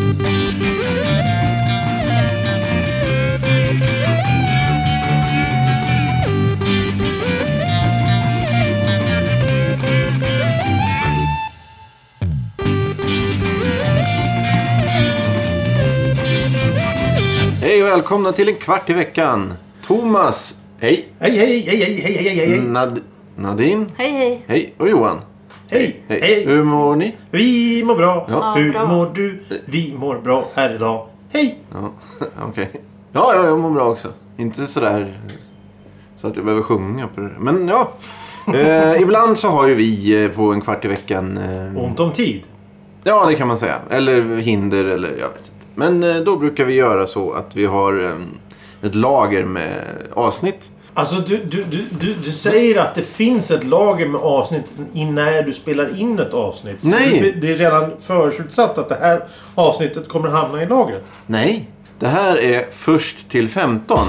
Hej och välkomna till en kvart i veckan. Thomas, hej. Hej. Nadine. Hej. Hej. Och Johan. Hej. Hur mår ni? Vi mår bra. Ja. Hur bra. mår du? Vi mår bra här idag. Hej. Ja, okej. Ja, jag mår bra också. Inte sådär så att jag behöver sjunga på det. Men ja. Ibland så har ju vi på en kvart i veckan... Ont om tid. Ja, det kan man säga. Eller hinder, eller jag vet inte. Men då brukar vi göra så att vi har ett lager med avsnitt. Alltså du säger att det finns ett lager med avsnitt när du spelar in ett avsnitt. Nej. Det är redan förutsatt att det här avsnittet kommer hamna i lagret. Nej, det här är först till 15.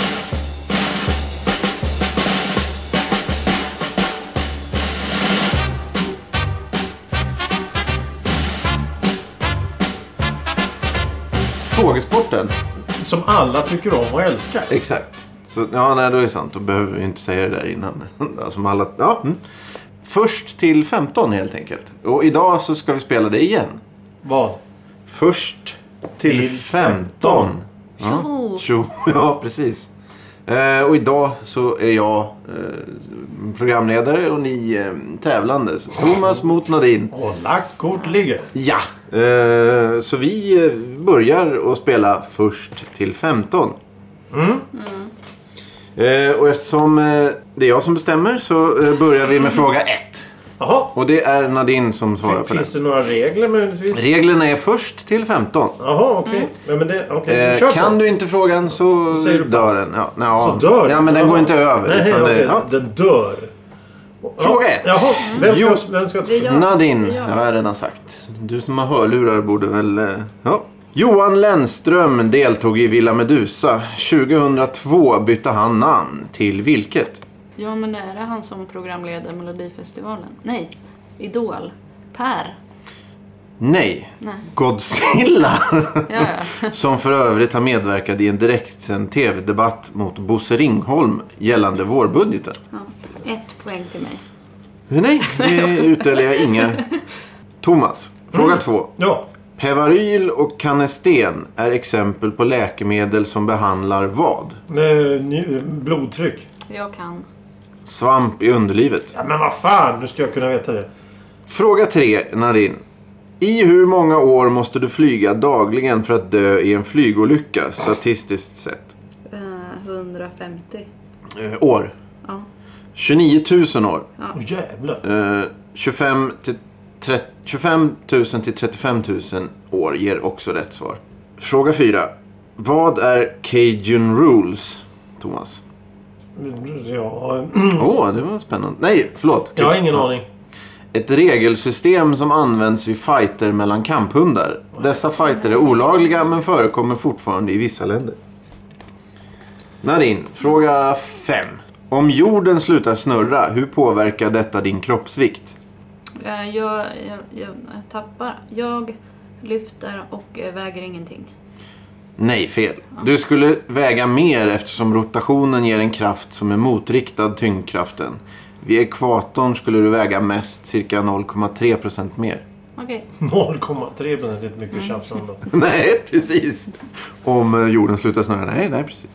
Frågesporten. Som alla tycker om och älskar. Exakt. Så, ja, nej, då är det sant. Då behöver vi inte säga det där innan. Som alla, ja. Först till 15 helt enkelt. Och idag så ska vi spela det igen. Vad? Först till 15. Ja, precis. Och idag så är jag programledare och ni tävlande. Så Thomas mot Nadine. Och lackkort ligger. Ja, så vi börjar att spela först till 15. Och eftersom det är jag som bestämmer så börjar vi med fråga 1. Jaha. Och det är Nadine som svarar på Finns det. det några regler möjligtvis? Reglerna är först till 15. Jaha, okej. Ja, men det, okej, kör på. Kan du inte frågan så Säger du dör pass? den. Ja, Så dör ja, men den går inte över. Nej, utan okej, det, ja. den dör. Fråga 1. Jaha, vem ska Det är jag. Nadine, Ja. jag har redan sagt. Du som har hörlurar borde väl... Ja. Johan Lennström deltog i Villa Medusa. 2002 bytte han namn till vilket? Ja, men är det han som programleder Melodifestivalen? Nej, Idol. Per. Nej. Nej. Godzilla. Ja. Som för övrigt har medverkat i en direktsänd tv-debatt mot Bosse Ringholm gällande vårbudgeten. Ja. 1 poäng till mig. Nej, det utdelar jag inga. Thomas, fråga 2. Ja. Pevaryl och Canesten är exempel på läkemedel som behandlar vad? Blodtryck. Jag kan. Svamp i underlivet. Ja, men vad fan, nu ska jag kunna veta det. Fråga 3, Nadine. I hur många år måste du flyga dagligen för att dö i en flygolycka, statistiskt sett? 150. År. Ja. 29 000 år. Jävlar. 25 000 till 35 000 år ger också rätt svar. Fråga 4. Vad är Cajun Rules, Thomas? Ja. Det var spännande. Nej, förlåt. Jag har ingen aning. Ett regelsystem som används vid fighter mellan kamphundar. Dessa fighter är olagliga men förekommer fortfarande i vissa länder. Nadine, fråga 5. Om jorden slutar snurra, hur påverkar detta din kroppsvikt? Jag tappar. Jag lyfter och väger ingenting. Nej, fel. Du skulle väga mer eftersom rotationen ger en kraft som är motriktad tyngdkraften. Vid ekvatorn skulle du väga mest, cirka 0,3% mer. Okej. 0,3% är inte mycket tjafs om det. Nej, precis. Om jorden slutar snurra. Nej, precis.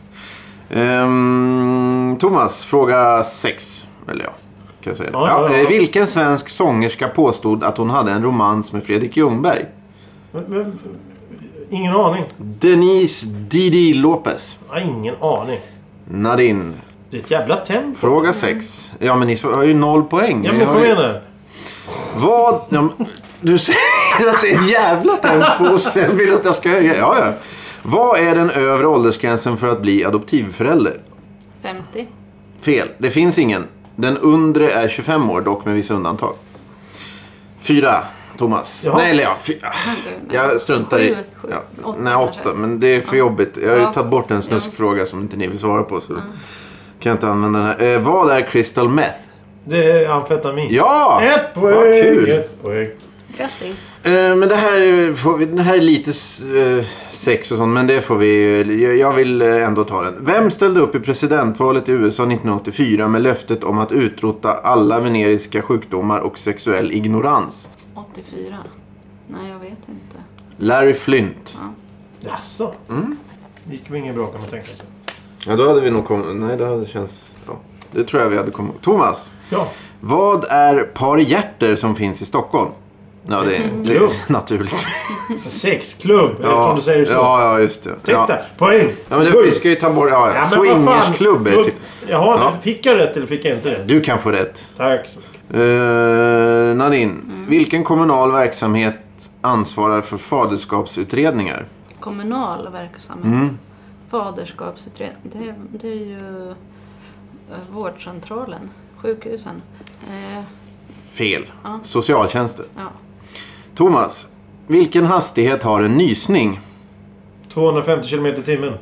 Thomas, fråga 6. Eller ja, kan jag säga det. Ja. Vilken svensk sångerska påstod att hon hade en romans med Fredrik Ljungberg? Men, ingen aning. Denise Didi Lopez. Jag har ingen aning. Nadine, Det är ett jävla tempo. fråga 6. Ja, men ni har ju 0 poäng. Ja, men kom igen här. Vad? Ja, du säger att det är ett jävla tempo och sen vill att jag ska höja. Ja. Vad är den övre åldersgränsen för att bli adoptivförälder? 50. Fel, det finns ingen. Den undre är 25 år, dock med vissa undantag. 4, Thomas. Jaha. Nej, eller ja, 4. Jag struntar i... 7, Ja. 8 Nej, 8, men det är för jobbigt. Jag har ju tagit bort en snuskfråga som inte ni vill svara på, så kan jag inte använda den här. Vad är crystal meth? Det är amfetamin. Ja! 1 poäng. Vad kul. 1 poäng. Grattis. Men det här är lite sex och sånt, men det får vi. Jag vill ändå ta den. Vem ställde upp i presidentvalet i USA 1984 med löftet om att utrota alla veneriska sjukdomar och sexuell ignorans? 84? Nej, jag vet inte. Larry Flynt. Ja. Jaså? Det gick ju ingen bra, kan man tänka sig. Ja, då hade vi nog kommit. Nej, det hade känts. Ja, det tror jag vi hade kommit. Thomas. Ja. Vad är Par Hjärter som finns i Stockholm? Ja, det är naturligt. Sexklubb, eftersom du säger så. Ja, just det. Titta, Ja. poäng. Ja, men vi ska ju ta bort... Ja, swingersklubb är typ... Jaha, fick jag rätt eller fick jag inte rätt? Du kan få rätt. Tack så mycket. Nadine, vilken kommunal verksamhet ansvarar för faderskapsutredningar? Kommunal verksamhet. Faderskapsutredning. Det är ju vårdcentralen. Sjukhusen. Fel. Ja. Socialtjänsten. Ja. Thomas, vilken hastighet har en nysning? 250 km i timmen.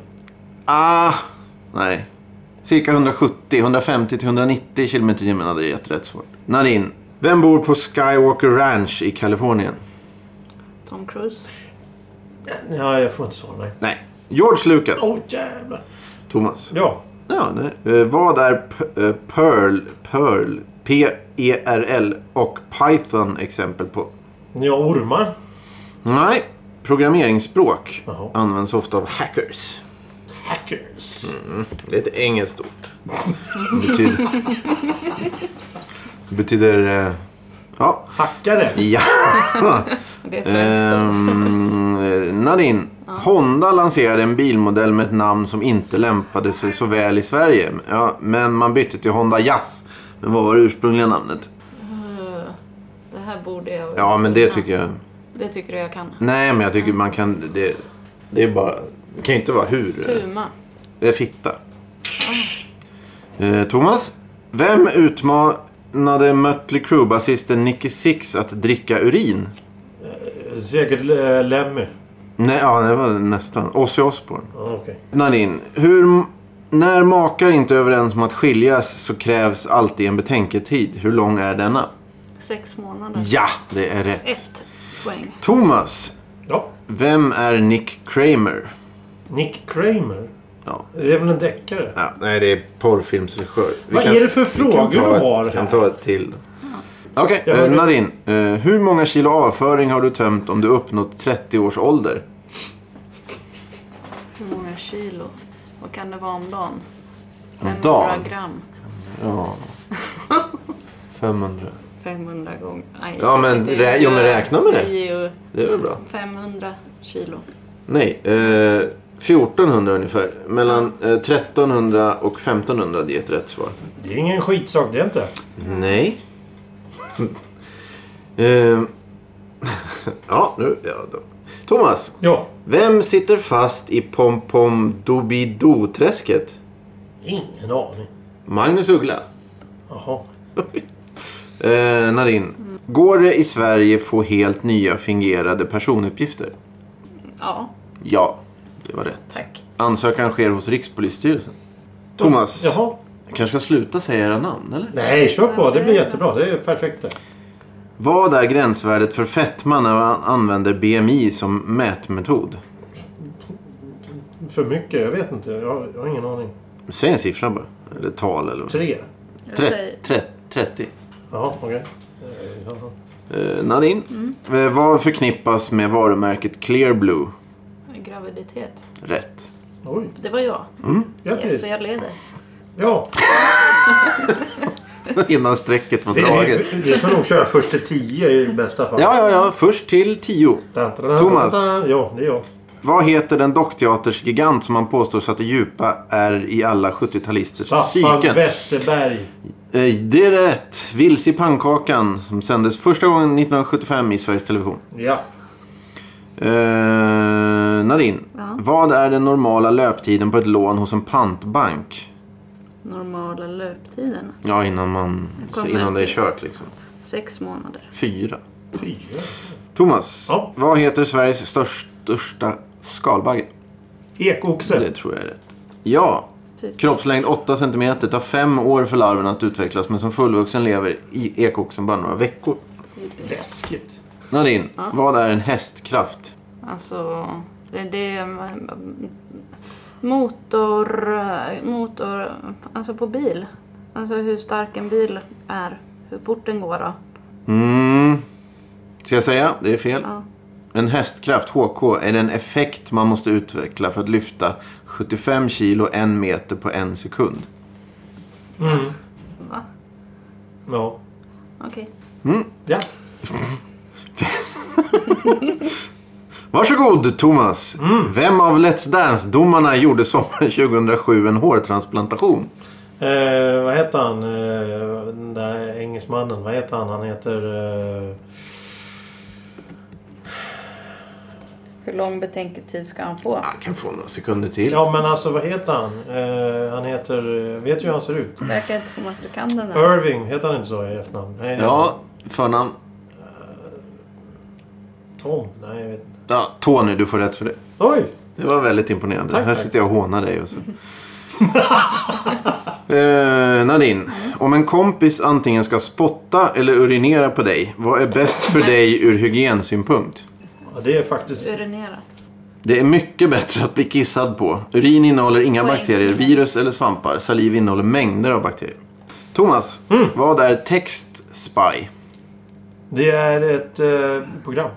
Nej. Cirka 150-190 km i timmen hade gett rätt svårt. Nadine, vem bor på Skywalker Ranch i Kalifornien? Tom Cruise. Ja, jag får inte svara, nej. Nej. George Lucas. Jävlar. Thomas. Ja. Ja, nej. Vad är Perl, P-E-R-L och Python exempel på? Ja, ormar. Nej. Programmeringsspråk Jaha. används ofta av hackers. Hackers. Det är ett engelskt ord. Det betyder ja. Hackare. Ja. Det är ett svenskt ord. Nadine. Honda lanserade en bilmodell med ett namn som inte lämpade sig så väl i Sverige. Ja, men man bytte till Honda Jazz. Men vad var det ursprungliga namnet? Det här borde jag... Ja, men det tycker jag... Det tycker du jag kan. Nej, men jag tycker man kan... Det är bara... Det kan ju inte vara hur... Puma. Det är fitta. Thomas. Vem utmanade Mötley Crüe-basisten Nicky Six att dricka urin? Säkert Lemmy. Nej, ja, det var nästan. Ozzy Osbourne. Ja, okej. Nadine. När makar inte överens om att skiljas så krävs alltid en betänketid. Hur lång är denna? 6 månader. Ja, det är rätt. 1 poäng. Thomas. Ja. Vem är Nick Kramer? Nick Kramer. Ja. Det är väl en deckare? Ja, nej, det är porrfilmsregissör. Vad är det för frågor du har Vi kan här? ta ett till. Okej, Nadine. Hur många kilo avföring har du tömt om du uppnått 30 års ålder? Hur många kilo? Vad kan det vara om dagen? Om 500 dagen? gram. Ja. 500. 500 gånger. Nej, Ja, men räkna med det. Det är ju Det är väl bra. 500 kilo. Nej, 1400 ungefär. Mellan 1300 och 1500 det är ett rätt svar. Det är ingen skitsak, det är inte. Nej. Ja, nu... Ja, då. Thomas. Ja. Vem sitter fast i Pom-Pom-Doobidoo-träsket? Ingen aning. Magnus Uggla. Jaha. Nadine. Går det i Sverige få helt nya fingerade personuppgifter? Ja, Ja, det var rätt. tack. Ansökan sker hos Rikspolisstyrelsen. Thomas. Jaha. Jag kanske ska sluta säga era namn, eller? Nej, kör på. Det blir jättebra. Det är perfekt det. Vad är gränsvärdet för fetma när man använder BMI som mätmetod? För mycket, jag vet inte. Jag har ingen aning. Säg en siffra bara. Eller tal eller vad. 3. Jag säger 30. Jaha, okej. Nadine. Vad förknippas med varumärket Clear Blue? graviditet. Rätt. Oj, Det var jag. grattis. Yes, jag leder. Ja, Innan strecket var draget. vi får nog köra först till 10 i bästa fall. Ja. Först till 10. Thomas. Ja, det är jag. Vad heter den dockteatersgigant som man påstår satte djupa är i alla 70-talisters Staffan psyken? Westerberg. Det är rätt. Vilse i pannkakan som sändes första gången 1975 i Sveriges Television. Ja. Nadine. Ja. Vad är den normala löptiden på ett lån hos en pantbank? Normala löptiden. Ja, innan det är kört liksom. 6 månader. 4. 4. Thomas. Ja. Vad heter Sveriges största skalbagge? Ekoxe. Det tror jag är rätt. Ja. Typiskt. Kroppslängd 8 cm. Det tar 5 år för larven att utvecklas. Men som fullvuxen lever i ekoxen bara några veckor. Typiskt. Läskigt. Nadine, vad är en hästkraft? Alltså, det är motor, alltså på bil. Alltså hur stark en bil är, hur fort den går då. Ska jag säga? Det är fel. Ja. En hästkraft, HK, är en effekt man måste utveckla för att lyfta 75 kilo 1 meter på 1 sekund. Va? Ja. Okej. Ja. Varsågod, Thomas. Vem av Let's Dance-domarna gjorde sommaren 2007 en hårtransplantation? Vad heter han? Den där engelsmannen. Vad heter han? Han heter... Hur lång betänketid ska han få? Jag kan få några sekunder till. Ja, men alltså vad heter han? Han heter... Vet du hur han ser ut? Det verkar inte som att du kan den här. Irving, heter han inte så i efternamn? Nej, Ja, förnamn. Tom? Nej, jag vet inte. Ja, Tony, du får rätt för det. Oj! Det var väldigt imponerande. Tack, Här tack. sitter jag och hånar dig. Och så. Nadine, om en kompis antingen ska spotta eller urinera på dig, vad är bäst för dig ur hygiensynpunkt? Ja, det är faktiskt... Urinera. Det är mycket bättre att bli kissad på. Urin innehåller inga Poäng. bakterier, virus eller svampar. Saliv innehåller mängder av bakterier. Thomas, vad är TextSpy? Det är ett program.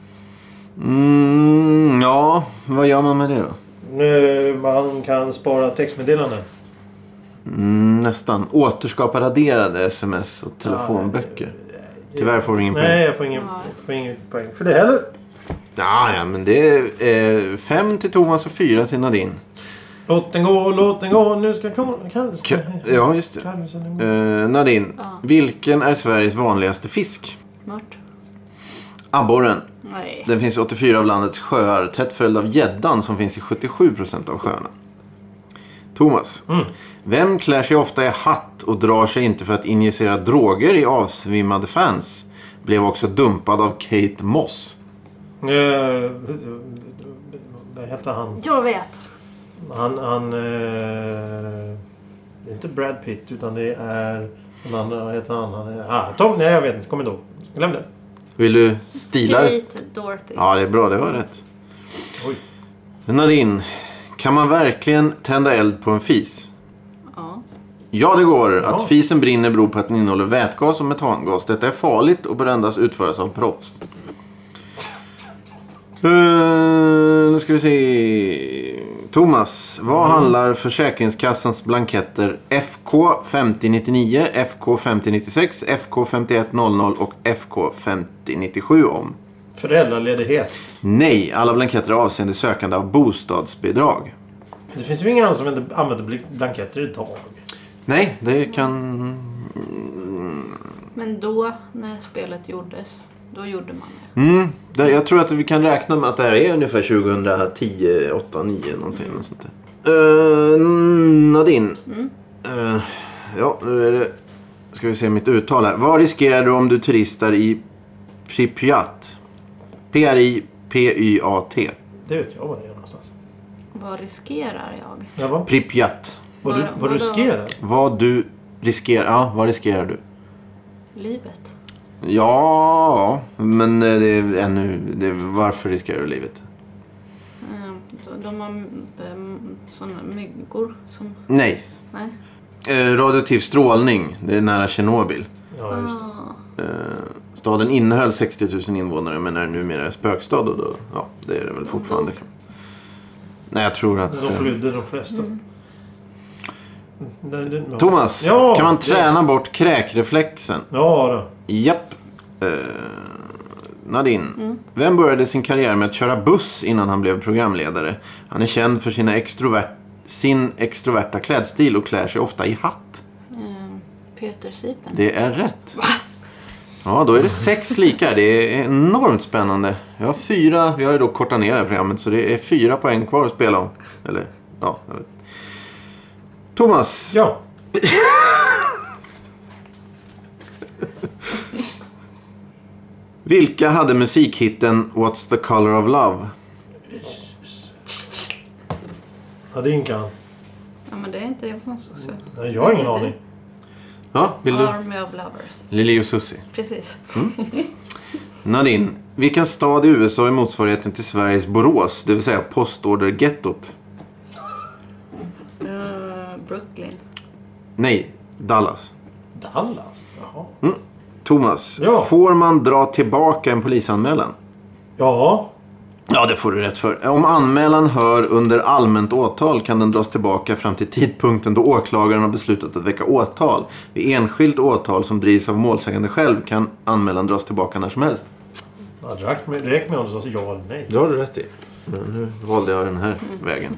Ja, vad gör man med det då? Man kan spara textmeddelanden. Nästan. Återskapa raderade sms och telefonböcker. Tyvärr får du ingen poäng. Nej, jag får ingen poäng för det heller. Ja, men det är 5 till Thomas och 4 till Nadine. Låt den gå. Nu ska Ja, just det. Nadine, vilken är Sveriges vanligaste fisk? Mört. Abborren. Nej. Den finns i 84 av landets sjöar, tätt följd av gäddan som finns i 77% av sjöarna. Thomas, vem klär sig ofta i hatt och drar sig inte för att injicera droger i avsvimmade fans? Blev också dumpad av Kate Moss. Vad heter han? Jag vet. Han det är inte Brad Pitt utan det är den andra, vad heter han? Tom, nej jag vet inte, kom ihåg. Glöm det. Vill du stila? Kate Dorothy. Ja, det är bra, det var rätt. Oj. Nadine, kan man verkligen tända eld på en fis? Ja. Ja, det går. Ja. Att fisen brinner beror på att den innehåller vätgas och metangas. Detta är farligt och bör endast utföras av proffs. Nu ska vi se. Thomas, vad handlar Försäkringskassans blanketter FK 5099, FK 5096, FK 5100 och FK 5097 om? Föräldraledighet. Nej, alla blanketter är avseende sökande av bostadsbidrag. Det finns ju ingen som använder blanketter idag. Nej, det kan... Men då, när spelet gjordes, då gjorde man det. Jag tror att vi kan räkna med att det här är ungefär 2010, 8, 9 någonting. Och sånt där. Nadine. Ja, nu är det... Ska vi se mitt uttal här. Vad riskerar du om du turistar i Pripyat? P-R-I-P-Y-A-T. Det vet jag vad det är någonstans. Vad riskerar jag? Ja, vad? Pripyat. Vad Vadå? riskerar? Vad du riskerar... Ja, vad riskerar du? Livet. Ja, men det är ännu... varför riskerar du livet? De har sådana myggor som... Nej. Nej. Radioaktiv strålning. Det är nära Tjernobyl. Ja, just det. Staden innehöll 60 000 invånare men är numera en spökstad. Och då, ja, det är det väl fortfarande. Nej, jag tror att... De flydde de flesta. Thomas, Ja, kan man träna bort kräkreflexen? Ja då. Japp. Nadine, vem började sin karriär med att köra buss innan han blev programledare? Han är känd för sin extroverta klädstil och klär sig ofta i hatt. Peter Sipen. Det är rätt. Ja, då är det 6 lika. Det är enormt spännande. Jag har 4, vi har ju då kortat ner det här programmet så det är 4 poäng kvar att spela om. Eller, ja, jag vet. Thomas. Ja. Vilka hade musikhitten What's the color of love? Ja, det är inte han. Ja, men det är inte jag som så. Nej, jag har ingen aning. Ja, vill du? Army of Lovers. Lili och Susie. Precis. Nadine, vilken stad i USA är motsvarigheten till Sveriges Borås, det vill säga postordergettot? Brooklyn. Nej, Dallas. Dallas? Jaha. Thomas, Ja. får man dra tillbaka en polisanmälan? Ja. Ja, det får du rätt för. Om anmälan hör under allmänt åtal kan den dras tillbaka fram till tidpunkten då åklagaren har beslutat att väcka åtal. Vid enskilt åtal som drivs av målsägande själv kan anmälan dras tillbaka när som helst. Ja, det räcker med om du sa ja eller nej. Det har du rätt i. Men nu valde jag den här vägen.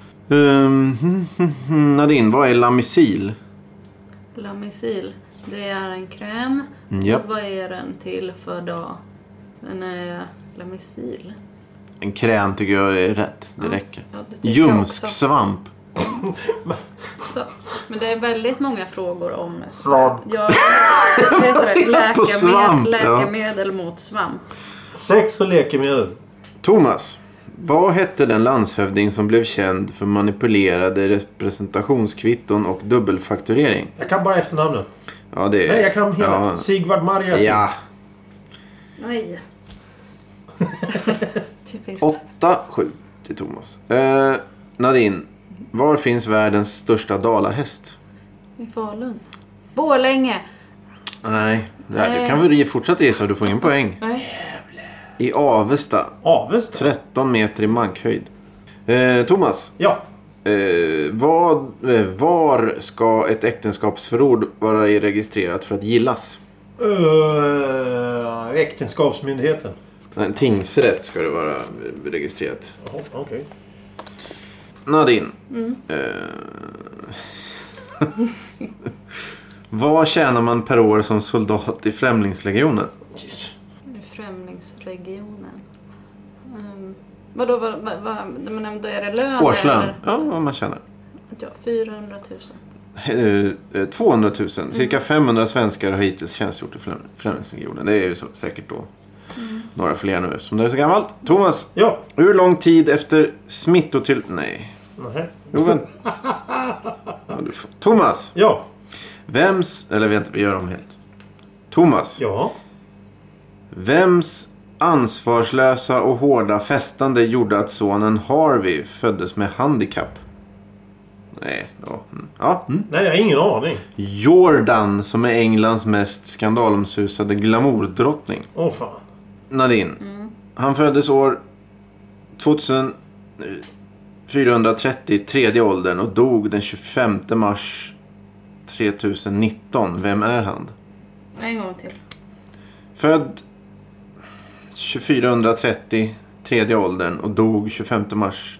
Nadine, vad är Lamisil? Lamisil. Det är en kräm. Japp. Och vad är den till för då? Den är Lamisil. En kräm tycker jag är rätt. Det räcker. Ja, det tycker jag också. Ljumsksvamp. Så, men det är väldigt många frågor om Svamp. Ja, det heter På svamp, läkemedel mot svamp. Sex och läkemedel. Thomas, vad hette den landshövding som blev känd för manipulerade representationskvitton och dubbelfakturering? Jag kan bara efternamnet. Ja, det är... Nej, jag kan hela. Ja. Sigvard Marjasin. Ja. Nej. Typiskt. 8-7 till Thomas. Nadine, var finns världens största dalahäst? I Falun. Borlänge. Nej, du kan väl fortsätta gissa och du får ingen poäng. Nej. I Avesta. Avesta. 13 meter i mankhöjd. Thomas, Ja. var ska ett äktenskapsförord vara registrerat för att gillas? Äktenskapsmyndigheten. Nej, en tingsrätt ska det vara registrerat. Jaha, okej. Nadine. Vad tjänar man per år som soldat i Främlingslegionen? Främlingsregionen. Vadå? Men då är det lön? Årslön. Eller? Ja, vad man tjänar. Ja, 400 000. 200 000. Cirka 500 svenskar har hittills tjänstgjort i Främlingslegionen. Det är ju så, säkert då några fler nu eftersom det är så gammalt. Thomas, Ja. hur lång tid efter smittotill... Nej. Nej. Jo, men... Thomas, Ja. Eller vänta, vi gör dem helt. Thomas, Ja. vems ansvarslösa och hårda festande gjorde att sonen Harvey föddes med handikapp? Nej, ja. Nej, jag har ingen aning. Jordan, som är Englands mest skandalomsusade glamourdrottning. Åh fan. Nadine. Han föddes år 2430, tredje åldern, och dog den 25 mars 3019. Vem är han? En gång till. Född 2430, tredje åldern, och dog 25 mars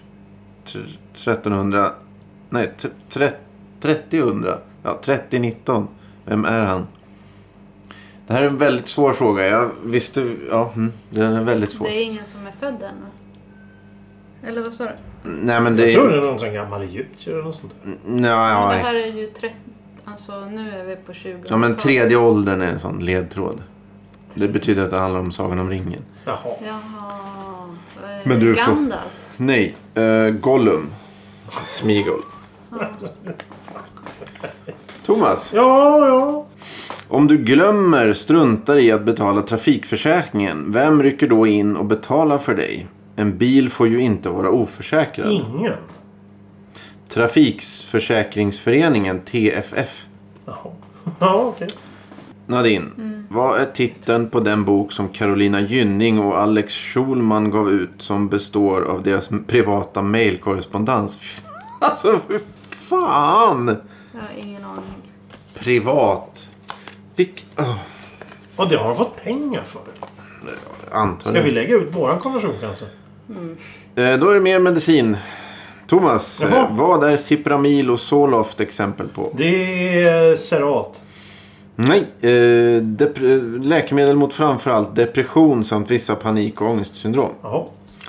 3019. Vem är han? Det här är en väldigt svår fråga. Jag visste... Ja, den är väldigt svår. Det är ingen som är född ännu. Eller vad sa du? Nej, men det Jag är... tror det är någon sån gammal egyptier eller något sånt där. Men det Ja, här är ju 30... Alltså nu är vi på 20. ja, men tredje åldern är en sån ledtråd. Det betyder att det handlar om Sagan om ringen. Jaha. Jaha. Men du får- Gandalf. Nej, Gollum. Smigol. Thomas, Ja. om du struntar i att betala trafikförsäkringen, vem rycker då in och betalar för dig? En bil får ju inte vara oförsäkrad. Ingen. Trafikförsäkringsföreningen, TFF. Jaha. Ja, okej. Nadine, vad är titeln på den bok som Carolina Gynning och Alex Schulman gav ut som består av deras privata mailkorrespondens? Alltså, hur fan? Jag har ingen aning. Privat. Och det har de fått pengar för. Antagligen. Ska vi lägga ut våran konversation kanske? Då är det mer medicin. Thomas, Jaha. vad är Cipramil och Zoloft exempel på? Det är Serat. Nej, läkemedel mot framförallt depression samt vissa panik- och ångestsyndrom. Jaha.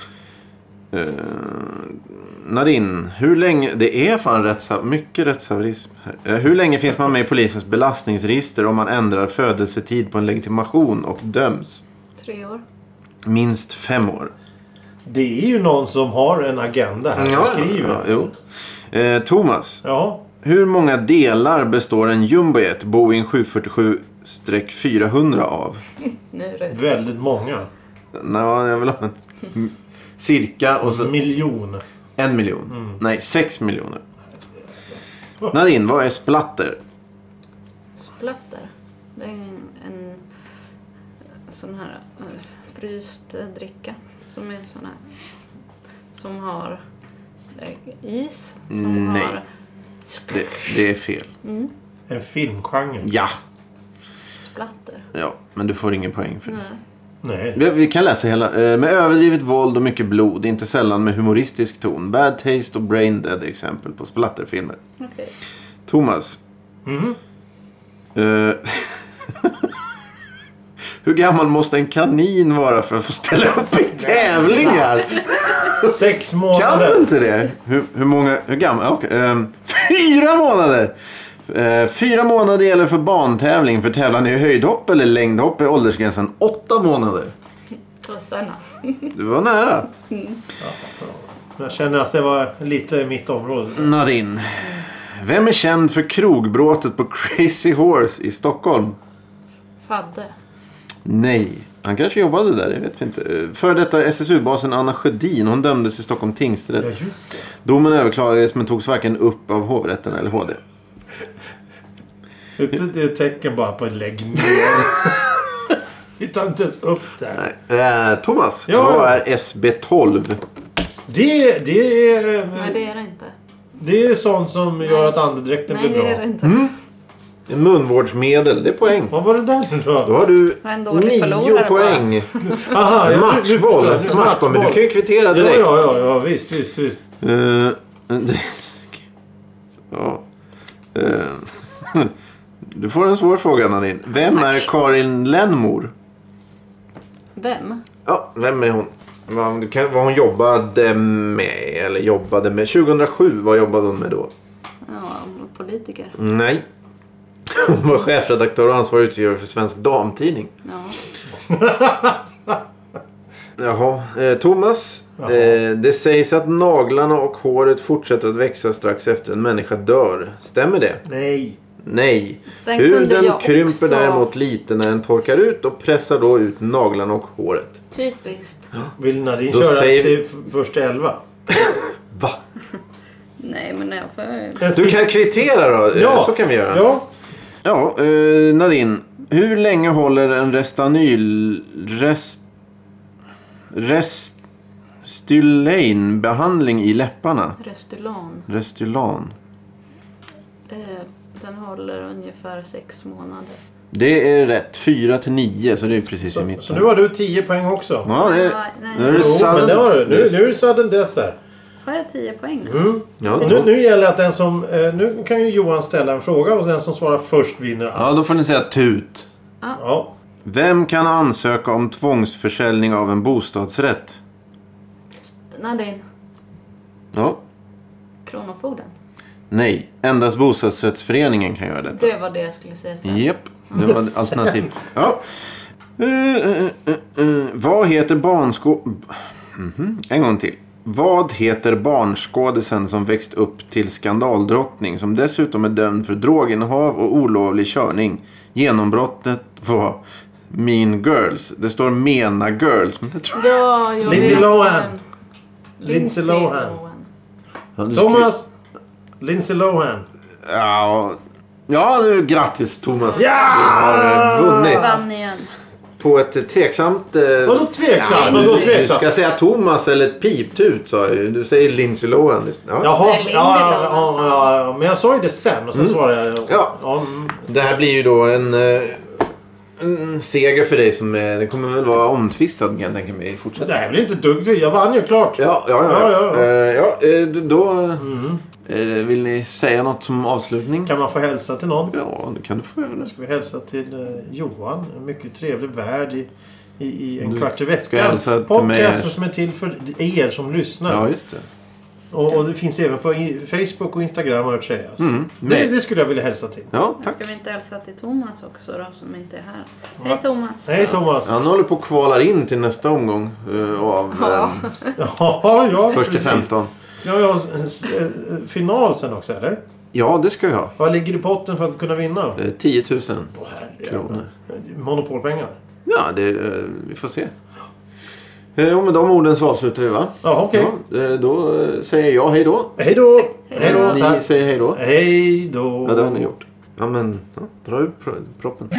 Nadine, hur länge... Det är fan mycket rättshaverism här. Hur länge finns man med i polisens belastningsregister om man ändrar födelsetid på en legitimation och döms? 3 år. Minst 5 år. Det är ju någon som har en agenda här och skriver. Jo. Thomas, Ja. hur många delar består en jumbojet Boeing 747 400 av? Nu är det... Väldigt många. Nej, jag vill ha cirka och så... Miljon. 1 miljon. Nej, 6 miljoner. Nadine, vad är splatter? Splatter. Det är en sån här fryst dricka. Som är sån här. Som har is. Som Nej. har... Det är fel. En filmgenre. Ja. Splatter. Ja, men du får ingen poäng för det. Nej. Nej. Vi kan läsa hela. Med överdrivet våld och mycket blod, inte sällan med humoristisk ton. Bad Taste och Brain Dead är exempel på splatterfilmer. Okej. Thomas. Mhm. Hur gammal måste en kanin vara för att få ställa upp i tävlingar? 6 Kan månader. du inte det? Hur gammal? Okay. 4 månader! 4 månader gäller för bantävling. För tävlan i höjdhopp eller längdhopp är åldersgränsen 8 månader. Tussarna. Du var nära. Jag känner att det var lite mitt område. Nadine. Vem är känd för krogbråtet på Crazy Horse i Stockholm? Fadde. Nej, han kanske jobbade där, jag vet inte. För detta SSU-basen Anna Sjödin, hon dömdes i Stockholm tingsrätt. Ja, just det. Domen överklagades men togs varken upp av hovrätten eller HD. Det är ett tecken bara på en lägg ner. Vi tar inte ens upp där. Nej. Thomas, Ja. vad är SB12? Det är... Nej, det är det inte. Det är sånt som gör att andedräkten Nej, blir det är bra. det inte. En munvårdsmedel, det är poäng. Vad var det där nu Då då? har du Vad en dålig 9 förlorare poäng. Aha, Matchboll. Matchboll, men du kan ju kvittera direkt. Ja, visst. Ja. Du får en svår fråga, Nadine. Vem är Karin Lennmor? Vem? Ja, vem är hon? Vad hon jobbade med, eller jobbade med. 2007, vad jobbade hon med då? Ja, politiker. Nej. Hon var chefredaktör och ansvarig utgivare för Svensk Damtidning. Ja. Jaha, Thomas. Jaha. Det sägs att naglarna och håret fortsätter att växa strax efter en människa dör. Stämmer det? Nej. Nej. Den kunde Huden jag krymper också- däremot lite när den torkar ut och pressar då ut naglarna och håret. Typiskt. Vill Nadine Då köra säger- till första 11? Va? Nej, men jag får... Du kan kvittera då. Ja. Så kan vi göra. Ja. Ja, Nadine. Hur länge håller en Restylane-behandling i läpparna? Restylan. Restylan. Den håller ungefär 6 månader. Det är rätt. 4-9, så det är precis i mitten. Så nu har du 10 poäng också. Ja, det, Nej. nu är det Jo, men det har du. Nu är det sudden death här. Har jag 10 poäng nu? Ja, Nu gäller det att den som... Nu kan ju Johan ställa en fråga och den som svarar först vinner allt. ja, då får ni säga tut. Ja. Vem kan ansöka om tvångsförsäljning av en bostadsrätt? Nadine. Ja. Kronofogden. Nej, endast bostadsrättsföreningen kan göra detta. Det var det jag skulle säga sen. Japp, det var alternativ. Ja. Vad heter En gång till. Vad heter barnskådisen som växt upp till skandaldrottning som dessutom är dömd för droginnehav och olovlig körning? Genombrottet var Mean Girls. Det står Mena Girls. Men det tror Ja, jag Lindsay vet Lohan. vem. Lindsay Lohan. jag. Thomas. Lindsay Lohan. Ja, nu grattis Thomas. Ja! Du har vunnit. Vann igen. På ett tveksamt... Vadå tveksamt? Ja, Vadå du tveksamt? ska säga Thomas eller ett piptut, sa jag. Du säger Lindsay Lohan. Ja. Jaha, Nej, Lindsay Lohan, ja, men jag sa ju det sen och så svarade jag. Ja. Det här blir ju då en seger för dig som det kommer väl vara omtvistad kan jag tänka mig i Det fortsättningen. här blir inte dugg. Jag vann ju klart. Ja. Då vill ni säga något som avslutning? Kan man få hälsa till någon? Ja, det kan du få göra. Ska vi hälsa till Johan. En mycket trevlig värd i en Du kvart i ska hälsa veckan. till mig. Podcaster som är till för er som lyssnar. Ja, just det. Och det finns även på Facebook och Instagram har hört sägas. Det skulle jag vilja hälsa till. Ja, Nu tack. ska vi inte hälsa till Thomas också då, som inte är här. Hej Thomas. Hej Thomas. Han håller på att kvalar in till nästa omgång av Ja, först till precis. 15. Ja, vi har final sen också, eller? Ja, det ska vi ha. Vad ligger i potten för att kunna vinna? 10 000 Kronor. Monopolpengar. Ja, vi får se. Och med de orden så avslutar vi, va? Ja, okej. Ja, då säger jag hej då. Hej då! Hej då! Ni Tack. säger hej då. Hej då! Ja, det har ni gjort. Ja, men dra ut proppen.